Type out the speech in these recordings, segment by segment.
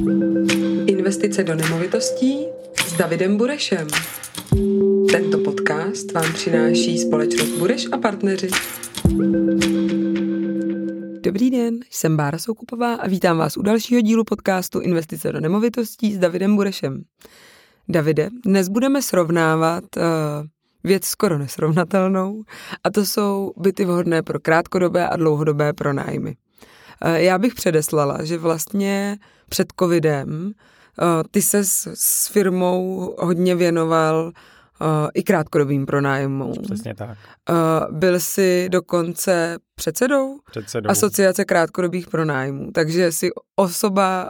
Investice do nemovitostí s Davidem Burešem. Tento podcast vám přináší společnost Bureš a partneři. Dobrý den, jsem Bára Soukupová a vítám vás u dalšího dílu podcastu Investice do nemovitostí s Davidem Burešem. Davide, dnes budeme srovnávat věc skoro nesrovnatelnou, a to jsou byty vhodné pro krátkodobé a dlouhodobé pronájmy. Já bych předeslala, že vlastně před covidem ty se s firmou hodně věnoval i krátkodobým pronájmům. Přesně tak. Byl jsi dokonce předsedou Asociace krátkodobých pronájmů, takže jsi osoba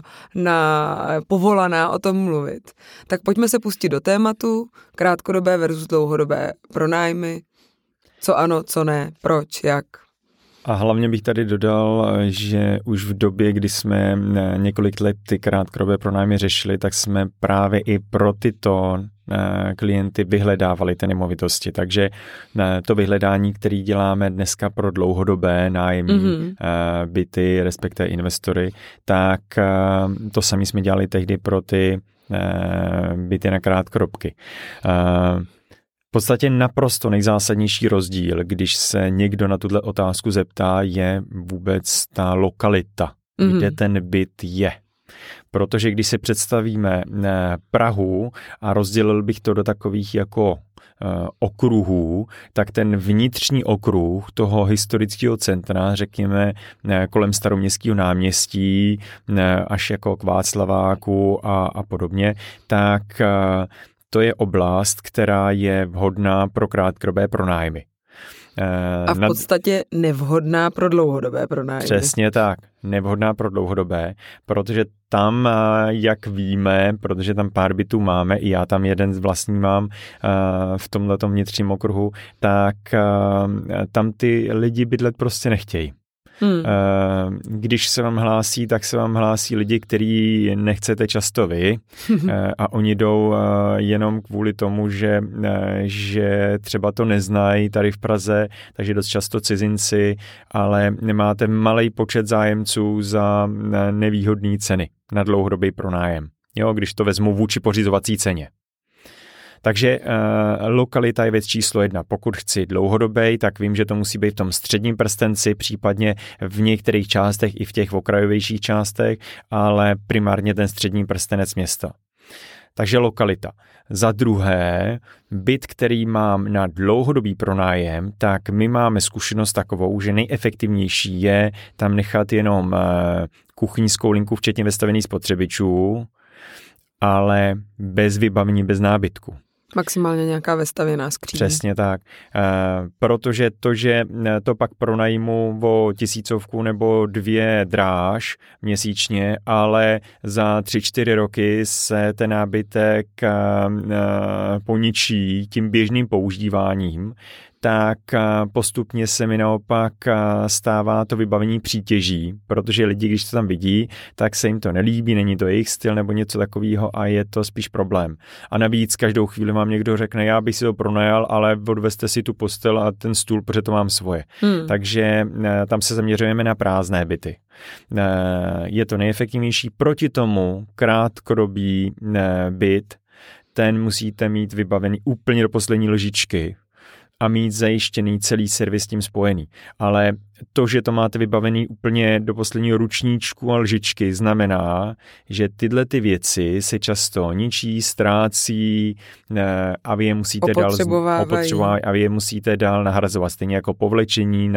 povolaná o tom mluvit. Tak pojďme se pustit do tématu krátkodobé versus dlouhodobé pronájmy. Co ano, co ne, proč, jak. A hlavně bych tady dodal, že už v době, kdy jsme několik let ty krátkodobé pronájmy řešili, tak jsme právě i pro tyto klienty vyhledávali ty nemovitosti. Takže to vyhledání, které děláme dneska pro dlouhodobé nájemní byty, respektive investory, tak to sami jsme dělali tehdy pro ty byty na krátkodobky. V podstatě naprosto nejzásadnější rozdíl, když se někdo na tuto otázku zeptá, je vůbec ta lokalita, kde ten byt je. Protože když si představíme Prahu a rozdělil bych to do takových jako okruhů, tak ten vnitřní okruh toho historického centra, řekněme kolem Staroměstského náměstí až jako k Václaváku a podobně, tak to je oblast, která je vhodná pro krátkodobé pronájmy. A v podstatě nevhodná pro dlouhodobé pronájmy. Přesně tak, nevhodná pro dlouhodobé, protože tam, jak víme, protože tam pár bytů máme, i já tam jeden vlastní mám v tomhletom vnitřním okruhu, tak tam ty lidi bydlet prostě nechtějí. Když se vám hlásí, tak se vám hlásí lidi, který nechcete často vy a oni jdou jenom kvůli tomu, že třeba to neznají tady v Praze, takže dost často cizinci, ale nemáte malej počet zájemců za nevýhodné ceny na dlouhodobý pronájem. Jo, když to vezmu vůči pořizovací ceně. Takže lokalita je věc číslo 1. Pokud chci dlouhodobý, tak vím, že to musí být v tom středním prstenci, případně v některých částech i v těch okrajovějších částech, ale primárně ten střední prstenec města. Takže lokalita. Za druhé, byt, který mám na dlouhodobý pronájem, tak my máme zkušenost takovou, že nejefektivnější je tam nechat jenom kuchyňskou linku, včetně vestavených spotřebičů, ale bez vybavení, bez nábytku. Maximálně nějaká vestavěná skříň. Přesně tak. Protože to, že to pak pronajmu o 1000 nebo 2 dráž měsíčně, ale za 3-4 roky se ten nábytek poničí tím běžným používáním, tak postupně se mi naopak stává to vybavení přítěží, protože lidi, když to tam vidí, tak se jim to nelíbí, není to jejich styl nebo něco takového a je to spíš problém. A navíc každou chvíli vám někdo řekne, já bych si to pronajal, ale odvezte si tu postel a ten stůl, protože to mám svoje. Takže tam se zaměřujeme na prázdné byty. Je to nejefektivnější. Proti tomu krátkodobý byt, ten musíte mít vybavený úplně do poslední lžičky a mít zajištěný celý servis s tím spojený. Ale to, že to máte vybavený úplně do posledního ručníčku a lžičky, znamená, že tyhle ty věci se často ničí, ztrácí a vy je musíte opotřebovávají a vy je musíte dál nahrazovat. Stejně jako povlečení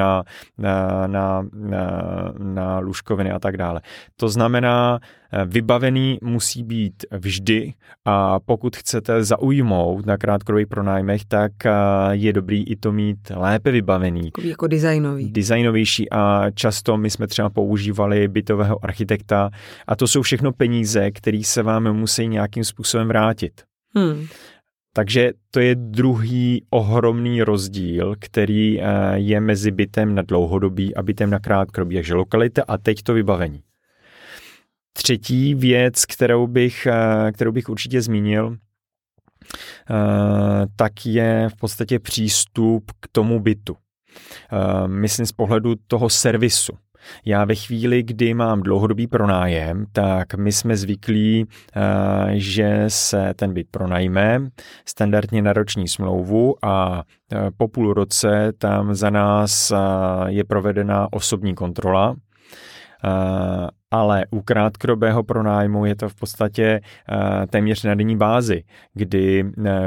na lůžkoviny a tak dále. To znamená, vybavený musí být vždy a pokud chcete zaujmout na krátkodobých pronájmech, tak je dobrý i to mít lépe vybavený. Jako Designovější a často my jsme třeba používali bytového architekta a to jsou všechno peníze, které se vám musí nějakým způsobem vrátit. Takže to je druhý ohromný rozdíl, který je mezi bytem na dlouhodobý a bytem na krátkodobý. Takže lokalita a teď to vybavení. Třetí věc, kterou bych určitě zmínil, tak je v podstatě přístup k tomu bytu. Myslím z pohledu toho servisu. Já ve chvíli, kdy mám dlouhodobý pronájem, tak my jsme zvyklí, že se ten byt pronajme standardně na roční smlouvu a po půl roce tam za nás je provedena osobní kontrola. Ale u krátkodobého pronájmu je to v podstatě téměř na denní bázi, kdy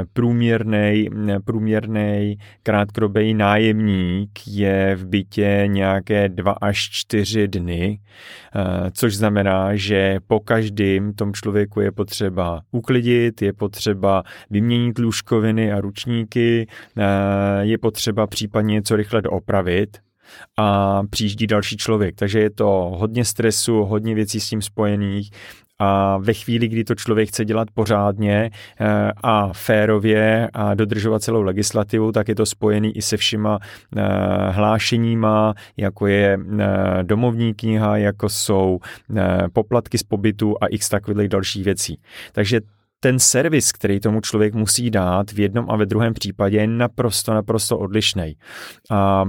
průměrný krátkodobý nájemník je v bytě nějaké 2 až 4 dny, což znamená, že po každém tom člověku je potřeba uklidit, je potřeba vyměnit lůžkoviny a ručníky, je potřeba případně něco rychle doopravit a přijíždí další člověk. Takže je to hodně stresu, hodně věcí s tím spojených a ve chvíli, kdy to člověk chce dělat pořádně a férově a dodržovat celou legislativu, tak je to spojený i se všema hlášeníma, jako je domovní kniha, jako jsou poplatky z pobytu a x takových dalších věcí. Takže ten servis, který tomu člověk musí dát v jednom a ve druhém případě, je naprosto odlišný. A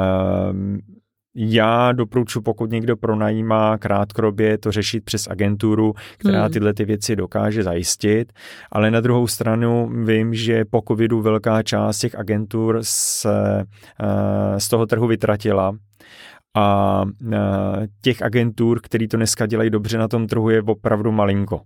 já doporučuji, pokud někdo pronajímá krátkodobě, to řešit přes agenturu, která tyhle ty věci dokáže zajistit, ale na druhou stranu vím, že po covidu velká část těch agentur se z toho trhu vytratila. A těch agentur, který to dneska dělají dobře na tom trhu, je opravdu malinko.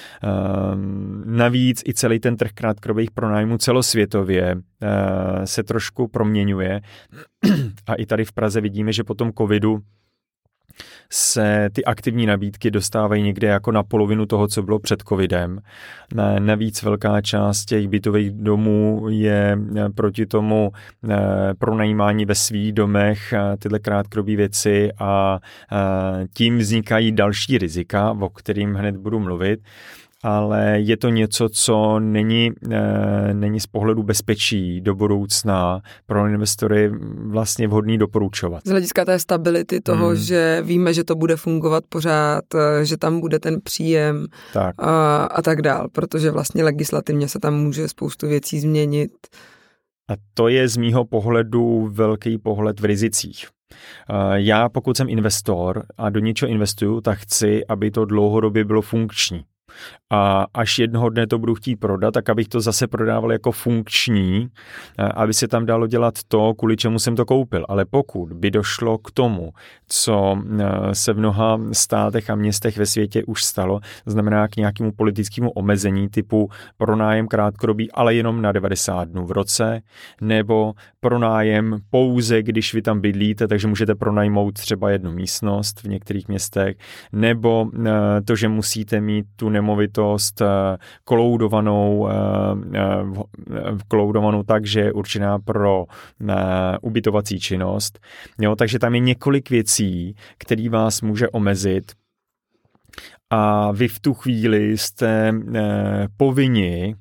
Navíc i celý ten trh krátkodobých pronájmů celosvětově se trošku proměňuje a i tady v Praze vidíme, že po tom covidu se ty aktivní nabídky dostávají někde jako na polovinu toho, co bylo před covidem. Navíc velká část těch bytových domů je proti tomu pronajímání ve svých domech tyhle krátkodobé věci a tím vznikají další rizika, o kterým hned budu mluvit. Ale je to něco, co není z pohledu bezpečí do budoucna pro investory vlastně vhodný doporučovat. Z hlediska té stability toho, že víme, že to bude fungovat pořád, že tam bude ten příjem a tak dál, protože vlastně legislativně se tam může spoustu věcí změnit. A to je z mýho pohledu velký pohled v rizicích. Já pokud jsem investor a do něčeho investuju, tak chci, aby to dlouhodobě bylo funkční. A až jednoho dne to budu chtít prodat, tak abych to zase prodával jako funkční, aby se tam dalo dělat to, kvůli čemu jsem to koupil. Ale pokud by došlo k tomu, co se v mnoha státech a městech ve světě už stalo, to znamená k nějakému politickému omezení typu pronájem krátkodobý, ale jenom na 90 dnů v roce, nebo pronájem pouze, když vy tam bydlíte, takže můžete pronajmout třeba jednu místnost v některých městech, nebo to, že musíte mít tu nemovitost koloudovanou tak, že je určená pro ubytovací činnost. Jo, takže tam je několik věcí, které vás může omezit a vy v tu chvíli jste povinni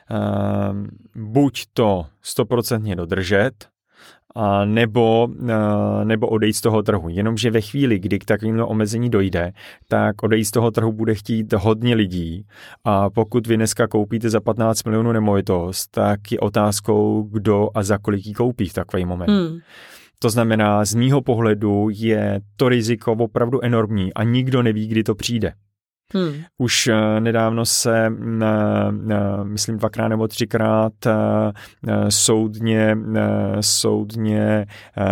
buď to 100% dodržet, nebo odejít z toho trhu. Jenomže ve chvíli, kdy k takovému omezení dojde, tak odejít z toho trhu bude chtít hodně lidí a pokud vy dneska koupíte za 15 milionů nemovitost, tak je otázkou, kdo a za kolik ji koupí v takový moment. To znamená, z mýho pohledu je to riziko opravdu enormní a nikdo neví, kdy to přijde. Už nedávno se, myslím 2krát nebo 3krát soudně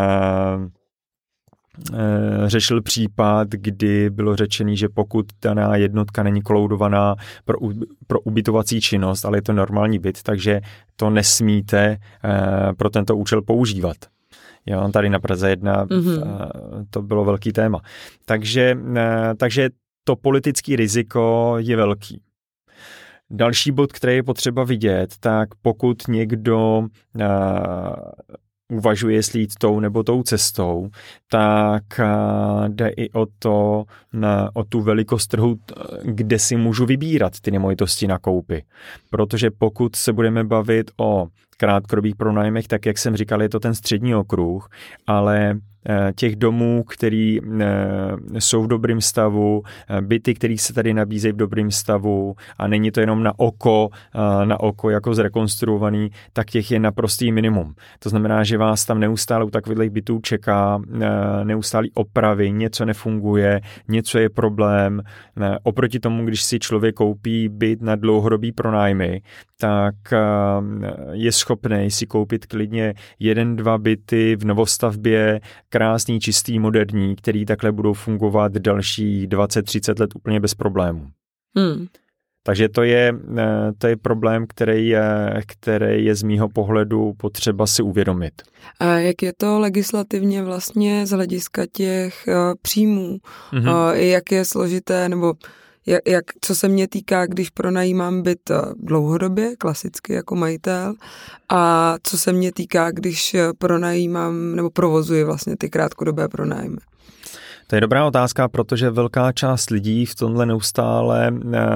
řešil případ, kdy bylo řečený, že pokud daná jednotka není koloudovaná pro ubytovací činnost, ale je to normální byt, takže to nesmíte pro tento účel používat. Jo, tady na Praze 1 to bylo velký téma. Takže to politické riziko je velký. Další bod, který je potřeba vidět, tak pokud někdo uvažuje, jestli jít tou nebo tou cestou, tak jde i o tu velikost trhu, kde si můžu vybírat ty nemovitosti na koupi. Protože pokud se budeme bavit o krátkodobých pronájmech, tak jak jsem říkal, je to ten střední okruh, ale těch domů, který jsou v dobrém stavu, byty, který se tady nabízejí v dobrém stavu a není to jenom na oko jako zrekonstruovaný, tak těch je naprostý minimum. To znamená, že vás tam neustále u takových bytů čeká neustálý opravy, něco nefunguje, něco je problém. Oproti tomu, když si člověk koupí byt na dlouhodobý pronájmy, tak je schopný si koupit klidně 1-2 byty v novostavbě, krásný, čistý, moderní, který takhle budou fungovat další 20-30 let úplně bez problémů. Takže to je problém, který je z mýho pohledu potřeba si uvědomit. A jak je to legislativně vlastně z hlediska těch příjmů? Jak je složité, nebo co se mě týká, když pronajímám byt dlouhodobě, klasicky jako majitel, a co se mě týká, když pronajímám nebo provozuji vlastně ty krátkodobé pronájmy? To je dobrá otázka, protože velká část lidí v tomhle neustále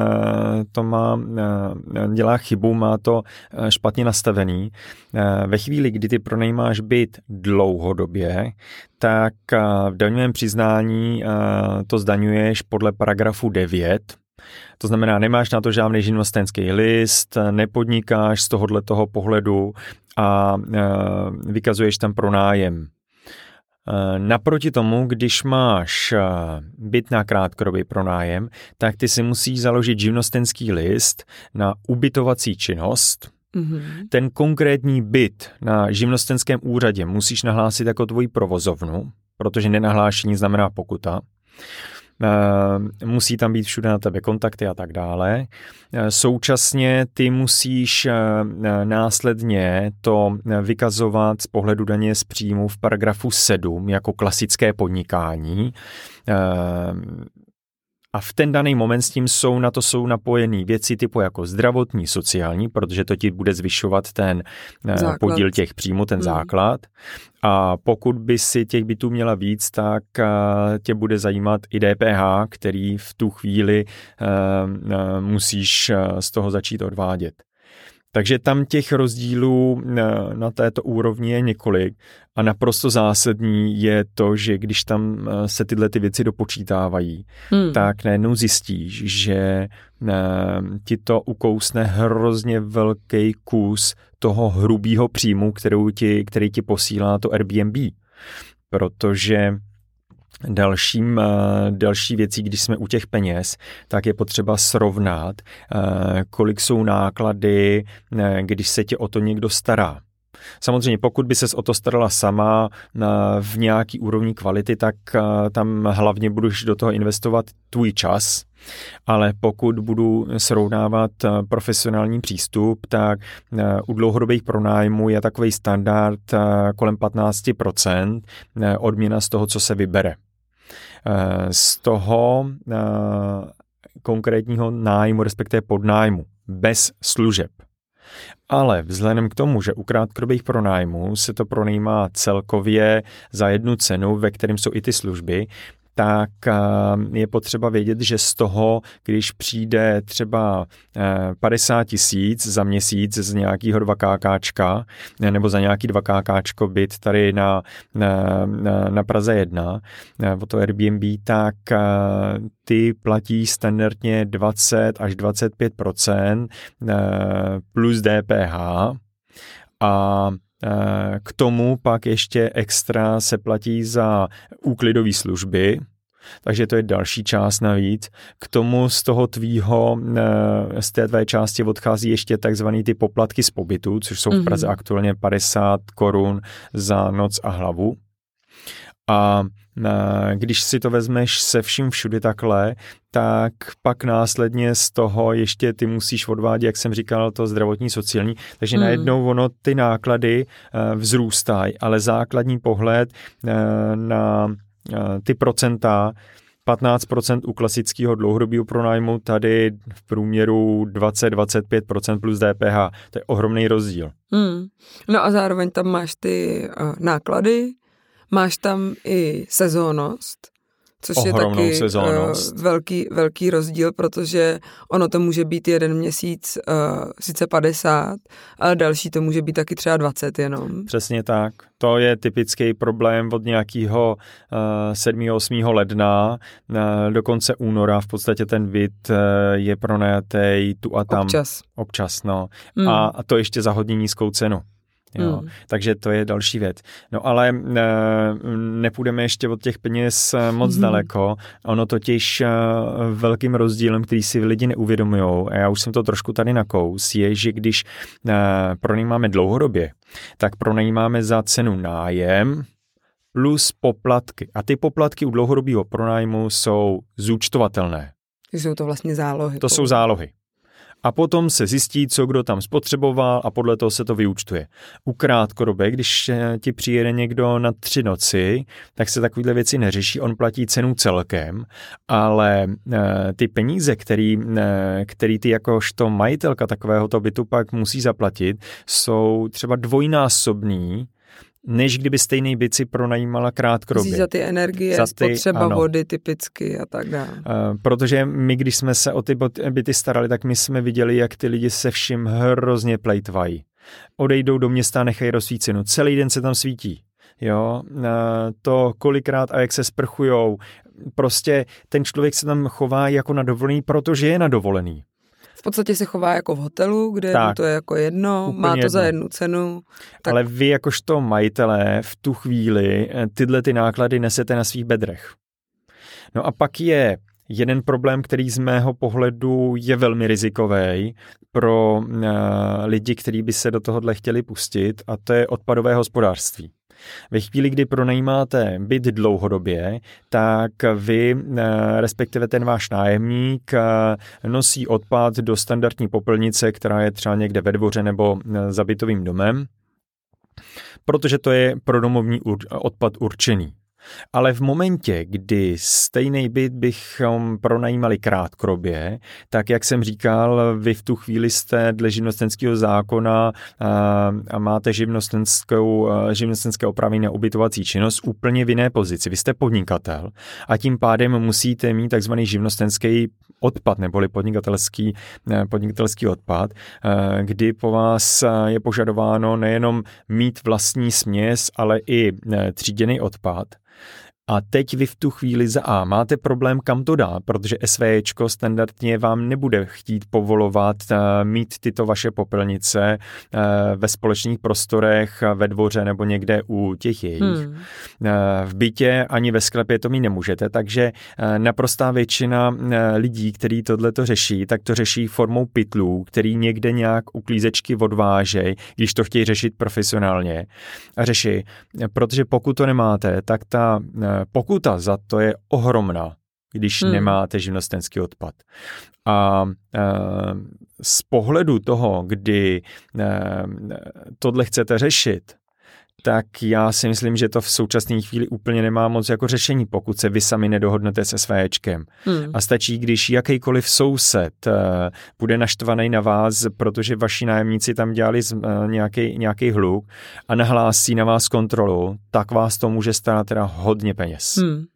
dělá chybu, má to špatně nastavený. Ve chvíli, kdy ty pronajímáš byt dlouhodobě, tak v daňovém přiznání to zdaňuješ podle paragrafu 9. To znamená, nemáš na to žádný živnostenský list, nepodnikáš z tohoto pohledu a vykazuješ tam pronájem. Naproti tomu, když máš byt na krátkodobý pronájem, tak ty si musíš založit živnostenský list na ubytovací činnost. Ten konkrétní byt na živnostenském úřadě musíš nahlásit jako tvoji provozovnu, protože nenahlášení znamená pokuta. Musí tam být všude na tebe kontakty a tak dále. Současně ty musíš následně to vykazovat z pohledu daně z příjmu v paragrafu 7 jako klasické podnikání. A v ten daný moment s tím jsou napojený věci typu jako zdravotní, sociální, protože to ti bude zvyšovat ten podíl těch příjmů, ten základ. A pokud by si těch bytů měla víc, tak tě bude zajímat i DPH, který v tu chvíli musíš z toho začít odvádět. Takže tam těch rozdílů na této úrovni je několik a naprosto zásadní je to, že když tam se tyhle ty věci dopočítávají, tak najednou zjistíš, že ti to ukousne hrozně velký kus toho hrubýho příjmu, který ti posílá to Airbnb. Protože další věcí, když jsme u těch peněz, tak je potřeba srovnat, kolik jsou náklady, když se tě o to někdo stará. Samozřejmě, pokud by ses o to starala sama v nějaký úrovni kvality, tak tam hlavně budeš do toho investovat tvůj čas, ale pokud budu srovnávat profesionální přístup, tak u dlouhodobých pronájmů je takový standard kolem 15% odměna z toho, co se vybere. Z toho konkrétního nájmu, respektive podnájmu, bez služeb. Ale vzhledem k tomu, že u krátkodobých pronájmů se to pronajímá celkově za jednu cenu, ve kterém jsou i ty služby, tak je potřeba vědět, že z toho, když přijde třeba 50 000 za měsíc z nějakého 2KKčka, nebo za nějaký 2KKčko byt tady na Praze 1, o to Airbnb, tak ty platí standardně 20 až 25% plus DPH a k tomu pak ještě extra se platí za úklidové služby, takže to je další část navíc. K tomu z toho z té tvé části odchází ještě takzvaný ty poplatky z pobytu, což jsou v Praze aktuálně 50 korun za noc a hlavu. A když si to vezmeš se vším všudy takhle, tak pak následně z toho ještě ty musíš odvádět, jak jsem říkal, to zdravotní, sociální, takže najednou ono ty náklady vzrůstají, ale základní pohled na ty procenta, 15% u klasického dlouhodobého pronájmu, tady v průměru 20-25% plus DPH. To je ohromný rozdíl. No a zároveň tam máš ty náklady, máš tam i sezónnost, Což je taky velký rozdíl, protože ono to může být jeden měsíc sice 50, ale další to může být taky třeba 20 jenom. Přesně tak. To je typický problém od nějakého 7. 8. ledna do konce února. V podstatě ten byt je pronajatý tu a tam. Občas, no. A to ještě za hodně nízkou cenu. Jo, takže to je další věc. No ale nepůjdeme ještě od těch peněz moc daleko. Ono totiž velkým rozdílem, který si lidi neuvědomujou, a já už jsem to trošku tady nakous, je, že když pronajímáme dlouhodobě, tak pronajímáme za cenu nájem plus poplatky. A ty poplatky u dlouhodobého pronájmu jsou zúčtovatelné. Jsou to vlastně zálohy. To jsou zálohy. A potom se zjistí, co kdo tam spotřeboval a podle toho se to vyúčtuje. U krátkodobé, když ti přijede někdo na 3 noci, tak se takovýhle věci neřeší, on platí cenu celkem, ale ty peníze, který ty jakožto majitelka takovéhoto bytu pak musí zaplatit, jsou třeba dvojnásobný, než kdyby stejný byt si pronajímala krátkodobě. Za ty energie, spotřeba vody typicky a tak dále. Protože my, když jsme se o ty byty starali, tak my jsme viděli, jak ty lidi se vším hrozně plejtvají. Odejdou do města a nechají rozsvícenu. Celý den se tam svítí. Jo, to kolikrát a jak se sprchujou. Prostě ten člověk se tam chová jako na dovolený, protože je na dovolený. V podstatě se chová jako v hotelu, kde to je jako jedno, má to za jednu cenu. Tak... Ale vy jakožto majitelé v tu chvíli tyhle ty náklady nesete na svých bedrech. No a pak je jeden problém, který z mého pohledu je velmi rizikový pro lidi, kteří by se do tohohle chtěli pustit, a to je odpadové hospodářství. Ve chvíli, kdy pronajímáte byt dlouhodobě, tak vy, respektive ten váš nájemník, nosí odpad do standardní popelnice, která je třeba někde ve dvoře nebo za bytovým domem, protože to je pro domovní odpad určený. Ale v momentě, kdy stejný byt bychom pronajímali krátkodobě, tak jak jsem říkal, vy v tu chvíli jste dle živnostenského zákona a máte živnostenské oprávnění na ubytovací činnost úplně v jiné pozici. Vy jste podnikatel a tím pádem musíte mít takzvaný živnostenský odpad neboli podnikatelský odpad, kdy po vás je požadováno nejenom mít vlastní směs, ale i tříděný odpad. A teď vy v tu chvíli máte problém, kam to dát, protože SVJčko standardně vám nebude chtít povolovat mít tyto vaše popelnice ve společných prostorech, ve dvoře nebo někde u těch jejich. V bytě ani ve sklepě to mít nemůžete, takže naprostá většina lidí, kteří tohleto řeší, tak to řeší formou pytlů, který někde nějak uklízečky odvážejí, když to chtějí řešit profesionálně. A řeší, protože pokud to nemáte, tak ta pokuta za to je ohromná, když nemáte živnostenský odpad. A z pohledu toho, kdy tohle chcete řešit, tak já si myslím, že to v současné chvíli úplně nemá moc jako řešení, pokud se vy sami nedohodnete se SVJčkem. A stačí, když jakýkoliv soused bude naštvaný na vás, protože vaši nájemníci tam dělali nějaký hluk a nahlásí na vás kontrolu, tak vás to může stát teda hodně peněz.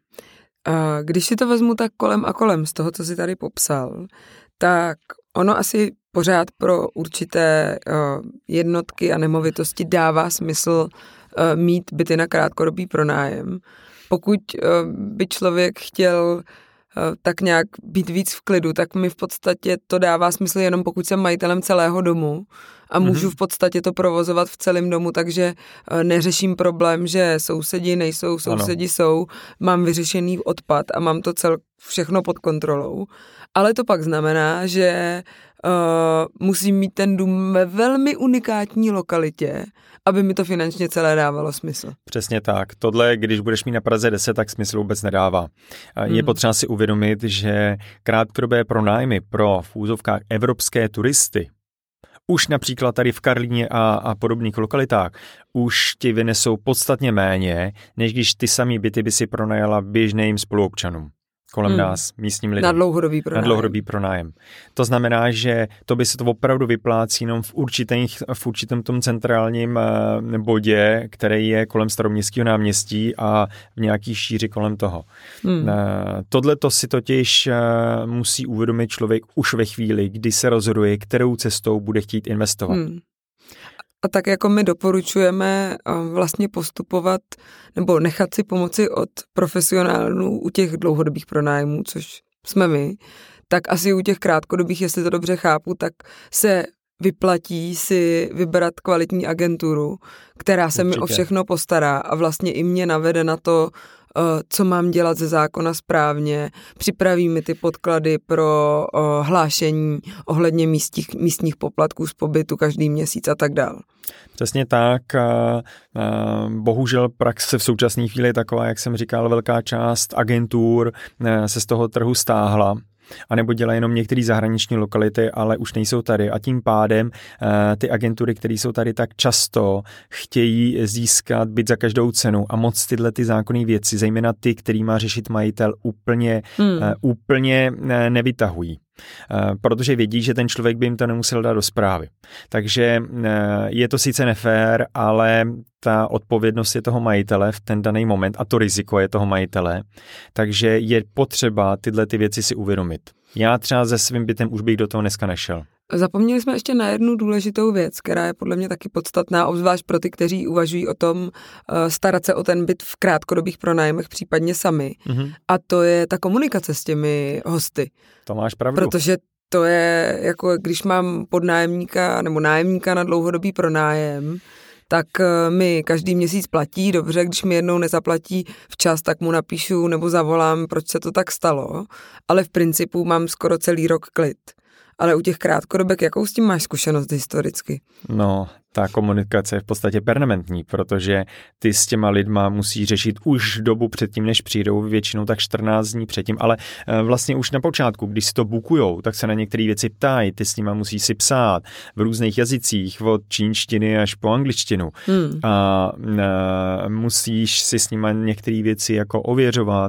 A když si to vezmu tak kolem a kolem z toho, co jsi tady popsal, tak ono asi pořád pro určité jednotky a nemovitosti dává smysl mít byty na krátkodobý pronájem. Pokud by člověk chtěl tak nějak být víc v klidu, tak mi v podstatě to dává smysl jenom pokud jsem majitelem celého domu a můžu v podstatě to provozovat v celém domu, takže neřeším problém, že sousedi nejsou, sousedi jsou, mám vyřešený odpad a mám to všechno pod kontrolou. Ale to pak znamená, že musím mít ten dům ve velmi unikátní lokalitě, aby mi to finančně celé dávalo smysl. Přesně tak. Tohle, když budeš mít na Praze 10, tak smysl vůbec nedává. Je potřeba si uvědomit, že krátkodobé pronájmy pro v úzovkách evropské turisty už například tady v Karlíně a podobných lokalitách už ti vynesou podstatně méně, než když ty samý byty by si pronajala běžným spoluobčanům. kolem nás, místním lidem. Na dlouhodobý pronájem. To znamená, že to by se to opravdu vyplácí jenom v určitém tom centrálním bodě, který je kolem Staroměstského náměstí a v nějaký šíři kolem toho. Tohleto si totiž musí uvědomit člověk už ve chvíli, kdy se rozhoduje, kterou cestou bude chtít investovat. A tak jako my doporučujeme vlastně postupovat nebo nechat si pomoci od profesionálů u těch dlouhodobých pronájmů, což jsme my, tak asi u těch krátkodobých, jestli to dobře chápu, tak se vyplatí si vybrat kvalitní agenturu, která se mi o všechno postará a vlastně i mě navede na to, co mám dělat ze zákona správně, připraví mi ty podklady pro hlášení ohledně místních poplatků z pobytu každý měsíc a tak dál. Přesně tak. Bohužel praxe v současné chvíli je taková, jak jsem říkal, velká část agentur se z toho trhu stáhla. A nebo dělají jenom některé zahraniční lokality, ale už nejsou tady. A tím pádem ty agentury, které jsou tady, tak často chtějí získat byt za každou cenu a moc tyhle ty zákonné věci, zejména ty, který má řešit majitel, úplně nevytahují. Protože vědí, že ten člověk by jim to nemusel dát do správy. Takže je to sice nefér, ale ta odpovědnost je toho majitele v ten daný moment a to riziko je toho majitele, takže je potřeba tyhle ty věci si uvědomit. Já třeba se svým bytem už bych do toho dneska nešel. Zapomněli jsme ještě na jednu důležitou věc, která je podle mě taky podstatná, obzvlášť pro ty, kteří uvažují o tom starat se o ten byt v krátkodobých pronájmech, případně sami. A to je ta komunikace s těmi hosty. To máš pravdu. Protože to je jako, když mám podnájemníka nebo nájemníka na dlouhodobý pronájem, tak mi každý měsíc platí, dobře, když mi jednou nezaplatí včas, tak mu napíšu nebo zavolám, proč se to tak stalo, ale v principu mám skoro celý rok klid. Ale u těch krátkodobek, jakou s tím máš zkušenost historicky? No, ta komunikace je v podstatě permanentní, protože ty s těma lidma musí řešit už dobu předtím, než přijdou, většinou tak 14 dní předtím, ale vlastně už na počátku, když si to bukujou, tak se na některé věci ptají, ty s nima musí si psát v různých jazycích, od čínštiny až po angličtinu. A musíš si s nima některé věci jako ověřovat,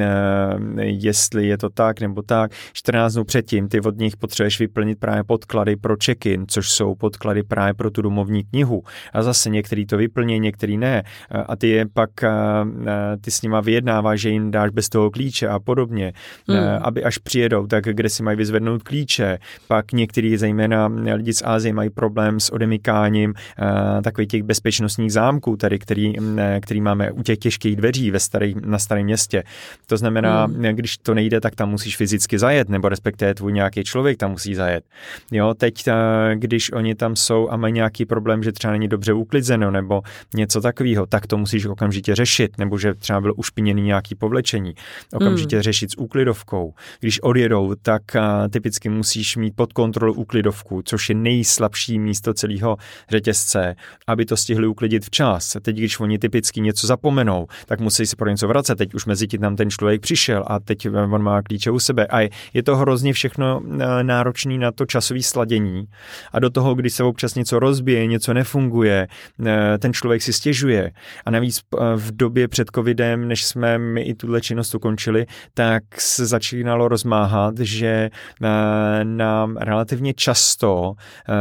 jestli je to tak nebo tak. 14 dnů předtím ty od nich potřebuješ vyplnit právě podklady pro check-in, což jsou podklady právě pro tu domovní knihu. A zase některý to vyplní, některý ne. A ty je pak ty s nima vyjednáváš, že jim dáš bez toho klíče a podobně. Aby až přijedou, tak kde si mají vyzvednout klíče. Pak některý, zejména lidi z Asie, mají problém s odemykáním takových těch bezpečnostních zámků, tady, který máme u těch těžkých dveří na starém městě. To znamená, když to nejde, tak tam musíš fyzicky zajet, nebo respektive tvůj nějaký člověk tam musí zajet. Jo, teď, když oni tam jsou a mají nějaký problém, že třeba není dobře uklizeno nebo něco takového, tak to musíš okamžitě řešit, nebo že třeba bylo ušpiněný nějaký povlečení. Okamžitě řešit s úklidovkou. Když odjedou, tak typicky musíš mít pod kontrolou úklidovku, což je nejslabší místo celého řetězce, aby to stihli uklidit včas. Teď, když oni typicky něco zapomenou, tak musí si pro něco vracet. Teď už mezi tím tam ten člověk přišel a teď on má klíče u sebe. A je to hrozně všechno náročný na to časové sladění. A do toho, když se občas něco rozbije, něco nefunguje, ten člověk si stěžuje. A navíc v době před covidem, než jsme my i tuhle činnost ukončili, tak se začínalo rozmáhat, že nám relativně často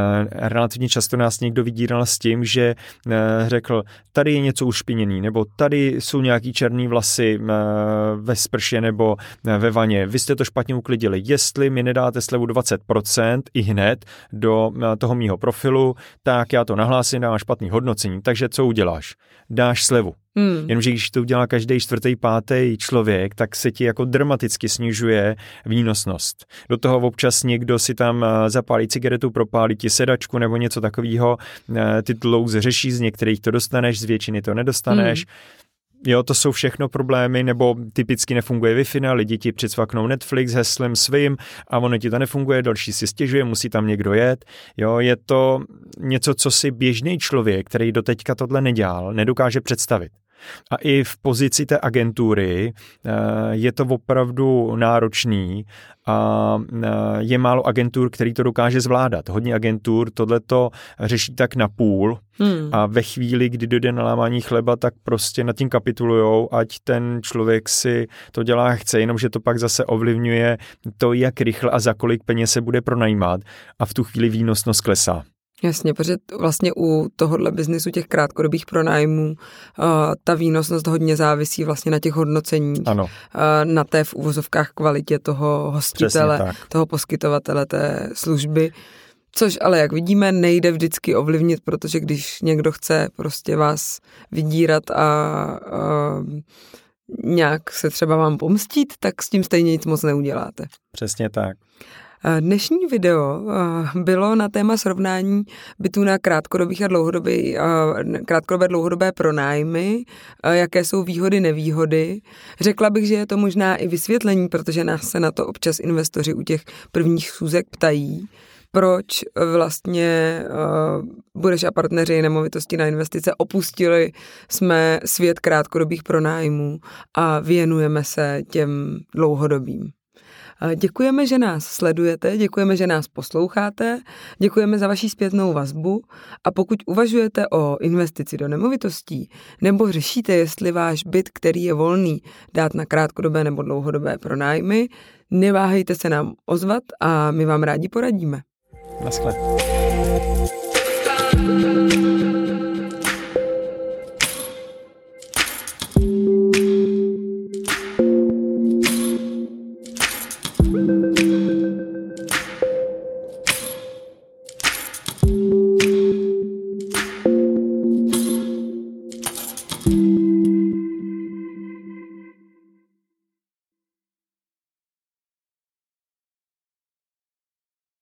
nás někdo vydíral s tím, že řekl, tady je něco ušpiněný, nebo tady jsou nějaký černý vlasy ve sprše nebo ve vaně. Vy jste to špatně uklidili. Jestli mi nedáte slevu 20% i hned do toho mýho profilu, tak já to nahlásím, dám špatný hodnocení. Takže co uděláš? Dáš slevu. Jenomže když to udělá každý 4., 5. člověk, tak se ti jako dramaticky snižuje výnosnost. Do toho občas někdo si tam zapálí cigaretu, propálí ti sedačku nebo něco takového. Ty dlouze řešíš, z některých to dostaneš, z většiny to nedostaneš. Jo, to jsou všechno problémy, nebo typicky nefunguje Wi-Fi, lidi ti přicvaknou Netflix heslem svým a ono ti to nefunguje, další si stěžuje, musí tam někdo jet. Jo, je to něco, co si běžný člověk, který doteďka tohle nedělal, nedokáže představit. A i v pozici té agentury je to opravdu náročný a je málo agentur, který to dokáže zvládat. Hodně agentur tohleto řeší tak na půl a ve chvíli, kdy dojde na lámání chleba, tak prostě nad tím kapitulujou, ať ten člověk si to dělá jak chce, jenomže to pak zase ovlivňuje to, jak rychle a za kolik peněz se bude pronajímat a v tu chvíli výnosnost klesá. Jasně, protože vlastně u tohohle biznisu těch krátkodobých pronájmů ta výnosnost hodně závisí vlastně na těch hodnoceních, na té v uvozovkách kvalitě toho hostitele, toho poskytovatele té služby, což ale jak vidíme nejde vždycky ovlivnit, protože když někdo chce prostě vás vydírat a nějak se třeba vám pomstít, tak s tím stejně nic moc neuděláte. Přesně tak. Dnešní video bylo na téma srovnání bytů na krátkodobých a krátkodobé dlouhodobé pronájmy, jaké jsou výhody, nevýhody. Řekla bych, že je to možná i vysvětlení, protože nás se na to občas investoři u těch prvních schůzek ptají, proč vlastně Bureš a partneři Nemovitosti na investice opustili jsme svět krátkodobých pronájmů a věnujeme se těm dlouhodobým. Děkujeme, že nás sledujete, děkujeme, že nás posloucháte, děkujeme za vaši zpětnou vazbu a pokud uvažujete o investici do nemovitostí nebo řešíte, jestli váš byt, který je volný, dát na krátkodobé nebo dlouhodobé pronájmy, neváhejte se nám ozvat a my vám rádi poradíme. Naschle.